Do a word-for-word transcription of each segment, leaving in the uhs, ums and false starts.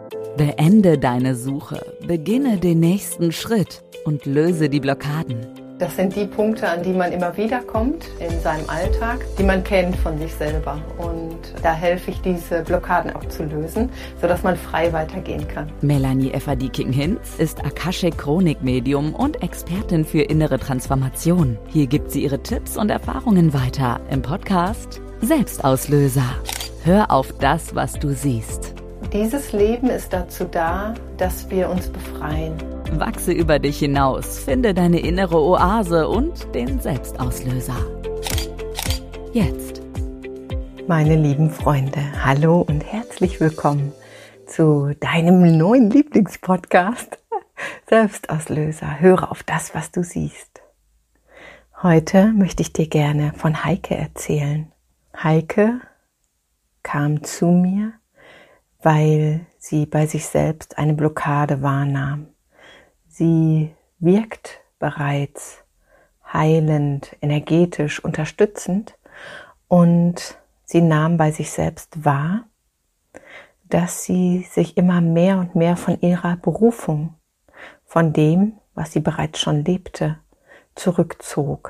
Beende deine Suche, beginne den nächsten Schritt und löse die Blockaden. Das sind die Punkte, an die man immer wieder kommt in seinem Alltag, die man kennt von sich selber. Und da helfe ich, diese Blockaden auch zu lösen, sodass man frei weitergehen kann. Melanie Efferdiking-Hinz ist Akashic-Chronik-Medium und Expertin für innere Transformation. Hier gibt sie ihre Tipps und Erfahrungen weiter im Podcast Selbstauslöser. Hör auf das, was du siehst. Dieses Leben ist dazu da, dass wir uns befreien. Wachse über dich hinaus, finde deine innere Oase und den Selbstauslöser. Jetzt. Meine lieben Freunde, hallo und herzlich willkommen zu deinem neuen Lieblingspodcast Selbstauslöser. Höre auf das, was du siehst. Heute möchte ich dir gerne von Heike erzählen. Heike kam zu mir, weil sie bei sich selbst eine Blockade wahrnahm. Sie wirkt bereits heilend, energetisch, unterstützend und sie nahm bei sich selbst wahr, dass sie sich immer mehr und mehr von ihrer Berufung, von dem, was sie bereits schon lebte, zurückzog.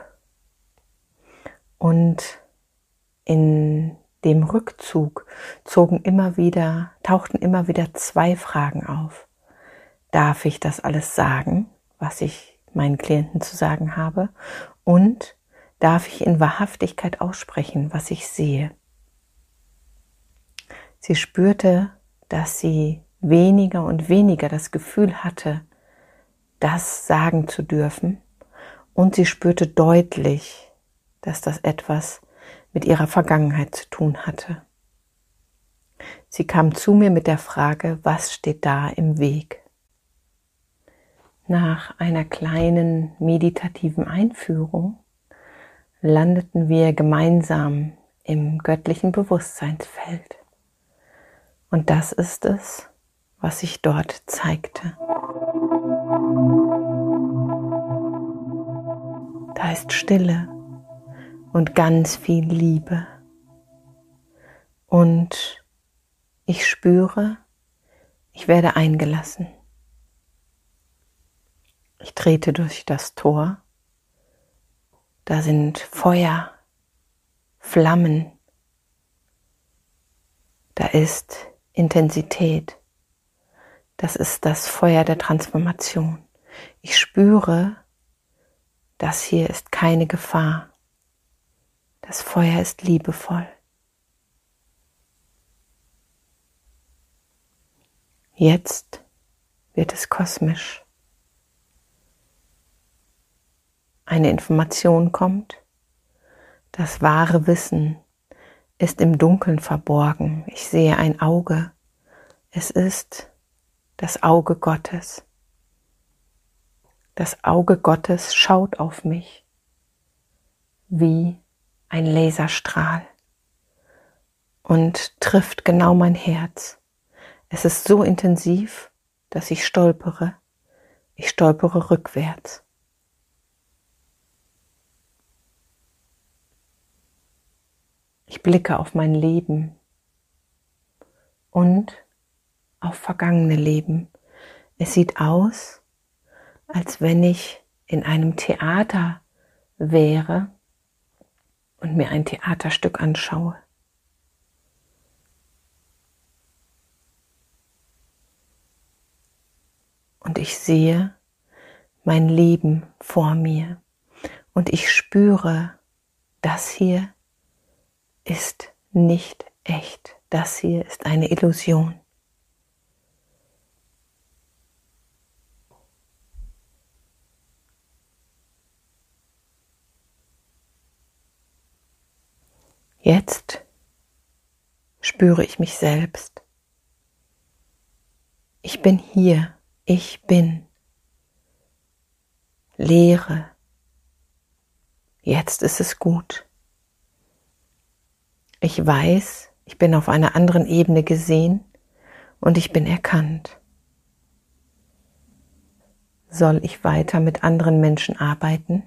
Und in dem Rückzug zogen immer wieder, tauchten immer wieder zwei Fragen auf. Darf ich das alles sagen, was ich meinen Klienten zu sagen habe? Und darf ich in Wahrhaftigkeit aussprechen, was ich sehe? Sie spürte, dass sie weniger und weniger das Gefühl hatte, das sagen zu dürfen. Und sie spürte deutlich, dass das etwas mit ihrer Vergangenheit zu tun hatte. Sie kam zu mir mit der Frage, was steht da im Weg? Nach einer kleinen meditativen Einführung landeten wir gemeinsam im göttlichen Bewusstseinsfeld. Und das ist es, was sich dort zeigte. Da ist Stille und ganz viel Liebe. Und ich spüre, ich werde eingelassen. Ich trete durch das Tor. Da sind Feuer, Flammen. Da ist Intensität. Das ist das Feuer der Transformation. Ich spüre, das hier ist keine Gefahr. Das Feuer ist liebevoll. Jetzt wird es kosmisch. Eine Information kommt. Das wahre Wissen ist im Dunkeln verborgen. Ich sehe ein Auge. Es ist das Auge Gottes. Das Auge Gottes schaut auf mich wie ein Laserstrahl und trifft genau mein Herz. Es ist so intensiv, dass ich stolpere. Ich stolpere rückwärts. Ich blicke auf mein Leben und auf vergangene Leben. Es sieht aus, als wenn ich in einem Theater wäre und mir ein Theaterstück anschaue. Und ich sehe mein Leben vor mir und ich spüre, das hier ist nicht echt. Das hier ist eine Illusion. Jetzt spüre ich mich selbst. Ich bin hier. Ich bin. Leere. Jetzt ist es gut. Ich weiß, ich bin auf einer anderen Ebene gesehen und ich bin erkannt. Soll ich weiter mit anderen Menschen arbeiten?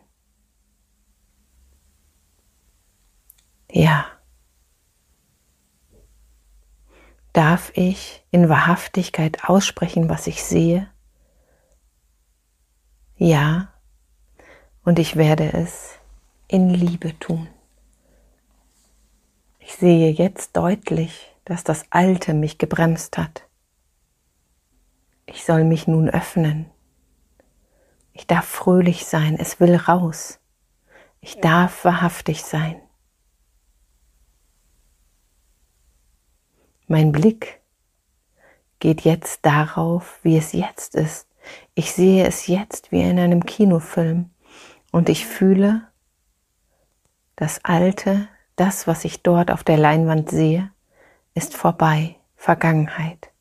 Ja. Darf ich in Wahrhaftigkeit aussprechen, was ich sehe? Ja, und ich werde es in Liebe tun. Ich sehe jetzt deutlich, dass das Alte mich gebremst hat. Ich soll mich nun öffnen. Ich darf fröhlich sein, es will raus. Ich darf wahrhaftig sein. Mein Blick geht jetzt darauf, wie es jetzt ist. Ich sehe es jetzt wie in einem Kinofilm und ich fühle, das Alte, das, was ich dort auf der Leinwand sehe, ist vorbei, Vergangenheit.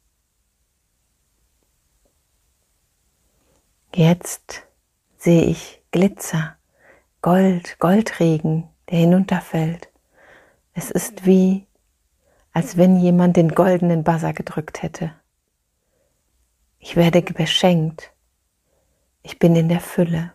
Jetzt sehe ich Glitzer, Gold, Goldregen, der hinunterfällt. Es ist wie, als wenn jemand den goldenen Buzzer gedrückt hätte. Ich werde beschenkt. Ich bin in der Fülle.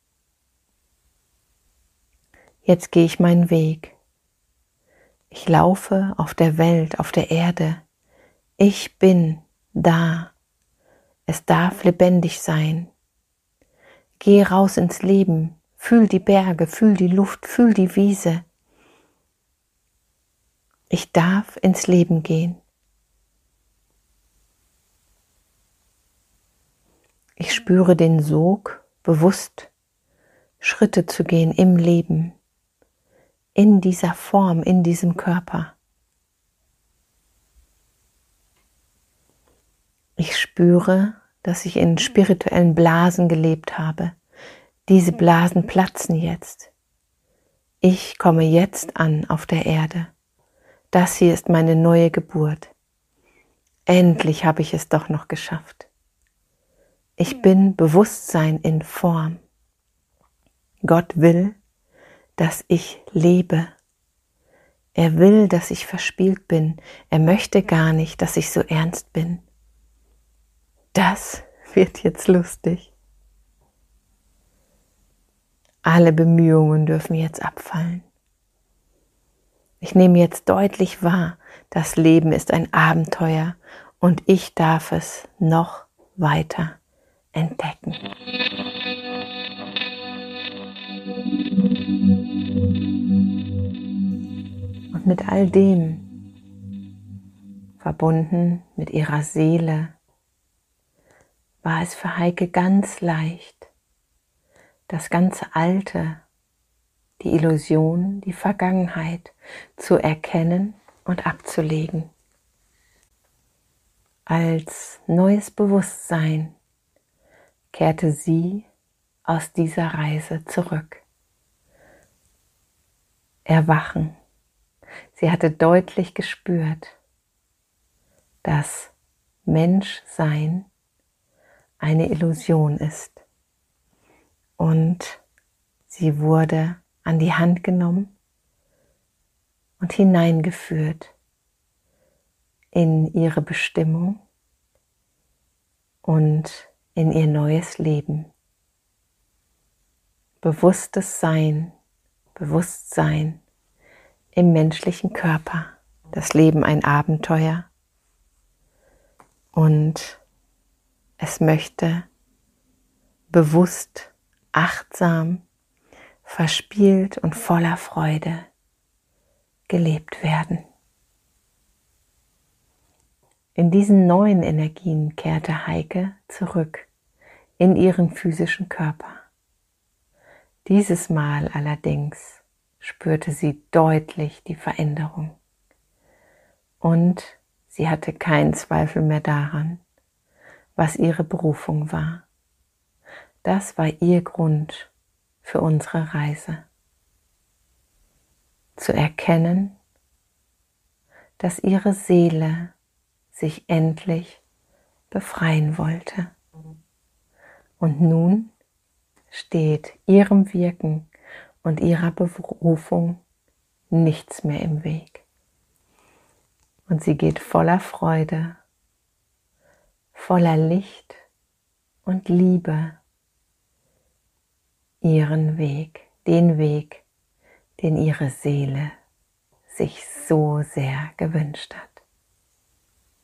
Jetzt gehe ich meinen Weg. Ich laufe auf der Welt, auf der Erde. Ich bin da. Es darf lebendig sein. Geh raus ins Leben. Fühl die Berge, fühl die Luft, fühl die Wiese. Ich darf ins Leben gehen. Ich spüre den Sog, bewusst Schritte zu gehen im Leben, in dieser Form, in diesem Körper. Ich spüre, dass ich in spirituellen Blasen gelebt habe. Diese Blasen platzen jetzt. Ich komme jetzt an auf der Erde. Das hier ist meine neue Geburt. Endlich habe ich es doch noch geschafft. Ich bin Bewusstsein in Form. Gott will, dass ich lebe. Er will, dass ich verspielt bin. Er möchte gar nicht, dass ich so ernst bin. Das wird jetzt lustig. Alle Bemühungen dürfen jetzt abfallen. Ich nehme jetzt deutlich wahr, das Leben ist ein Abenteuer und ich darf es noch weiter entdecken. Und mit all dem, verbunden mit ihrer Seele, war es für Heike ganz leicht, das ganze Alte, die Illusion, die Vergangenheit zu erkennen und abzulegen. Als neues Bewusstsein kehrte sie aus dieser Reise zurück. Erwachen. Sie hatte deutlich gespürt, dass Menschsein eine Illusion ist. Und sie wurde an die Hand genommen und hineingeführt in ihre Bestimmung und in ihr neues Leben. Bewusstes Sein, Bewusstsein im menschlichen Körper, das Leben ein Abenteuer und es möchte bewusst, achtsam, verspielt und voller Freude gelebt werden. In diesen neuen Energien kehrte Heike zurück in ihren physischen Körper. Dieses Mal allerdings spürte sie deutlich die Veränderung und sie hatte keinen Zweifel mehr daran, was ihre Berufung war. Das war ihr Grund für unsere Reise. Zu erkennen, dass ihre Seele sich endlich befreien wollte. Und nun steht ihrem Wirken und ihrer Berufung nichts mehr im Weg. Und sie geht voller Freude, voller Licht und Liebe ihren Weg, den Weg, den ihre Seele sich so sehr gewünscht hat.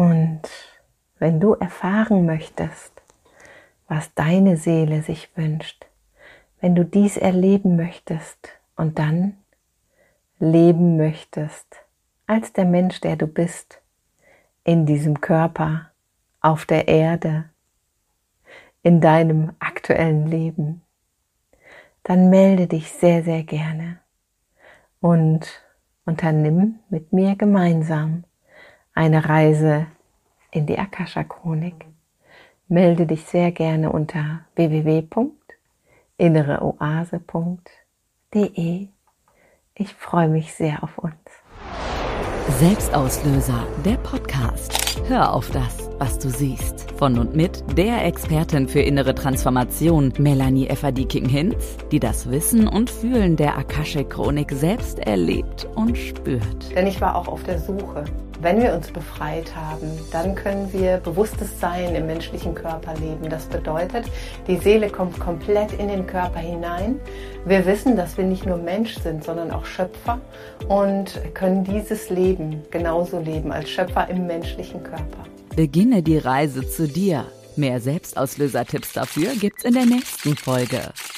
Und wenn du erfahren möchtest, was deine Seele sich wünscht, wenn du dies erleben möchtest und dann leben möchtest als der Mensch, der du bist, in diesem Körper, auf der Erde, in deinem aktuellen Leben, dann melde dich sehr, sehr gerne und unternimm mit mir gemeinsam eine Reise in die Akasha-Chronik. Melde dich sehr gerne unter w w w punkt innere oase punkt d e. Ich freue mich sehr auf uns. Selbstauslöser, der Podcast. Hör auf das, was du siehst. Von und mit der Expertin für innere Transformation, Melanie Efferdiking-Hinz, die das Wissen und Fühlen der Akashic-Chronik selbst erlebt und spürt. Denn ich war auch auf der Suche. Wenn wir uns befreit haben, dann können wir bewusstes Sein im menschlichen Körper leben. Das bedeutet, die Seele kommt komplett in den Körper hinein. Wir wissen, dass wir nicht nur Mensch sind, sondern auch Schöpfer und können dieses Leben genauso leben als Schöpfer im menschlichen Körper. Beginne die Reise zu dir. Mehr Selbstauslöser-Tipps dafür gibt's in der nächsten Folge.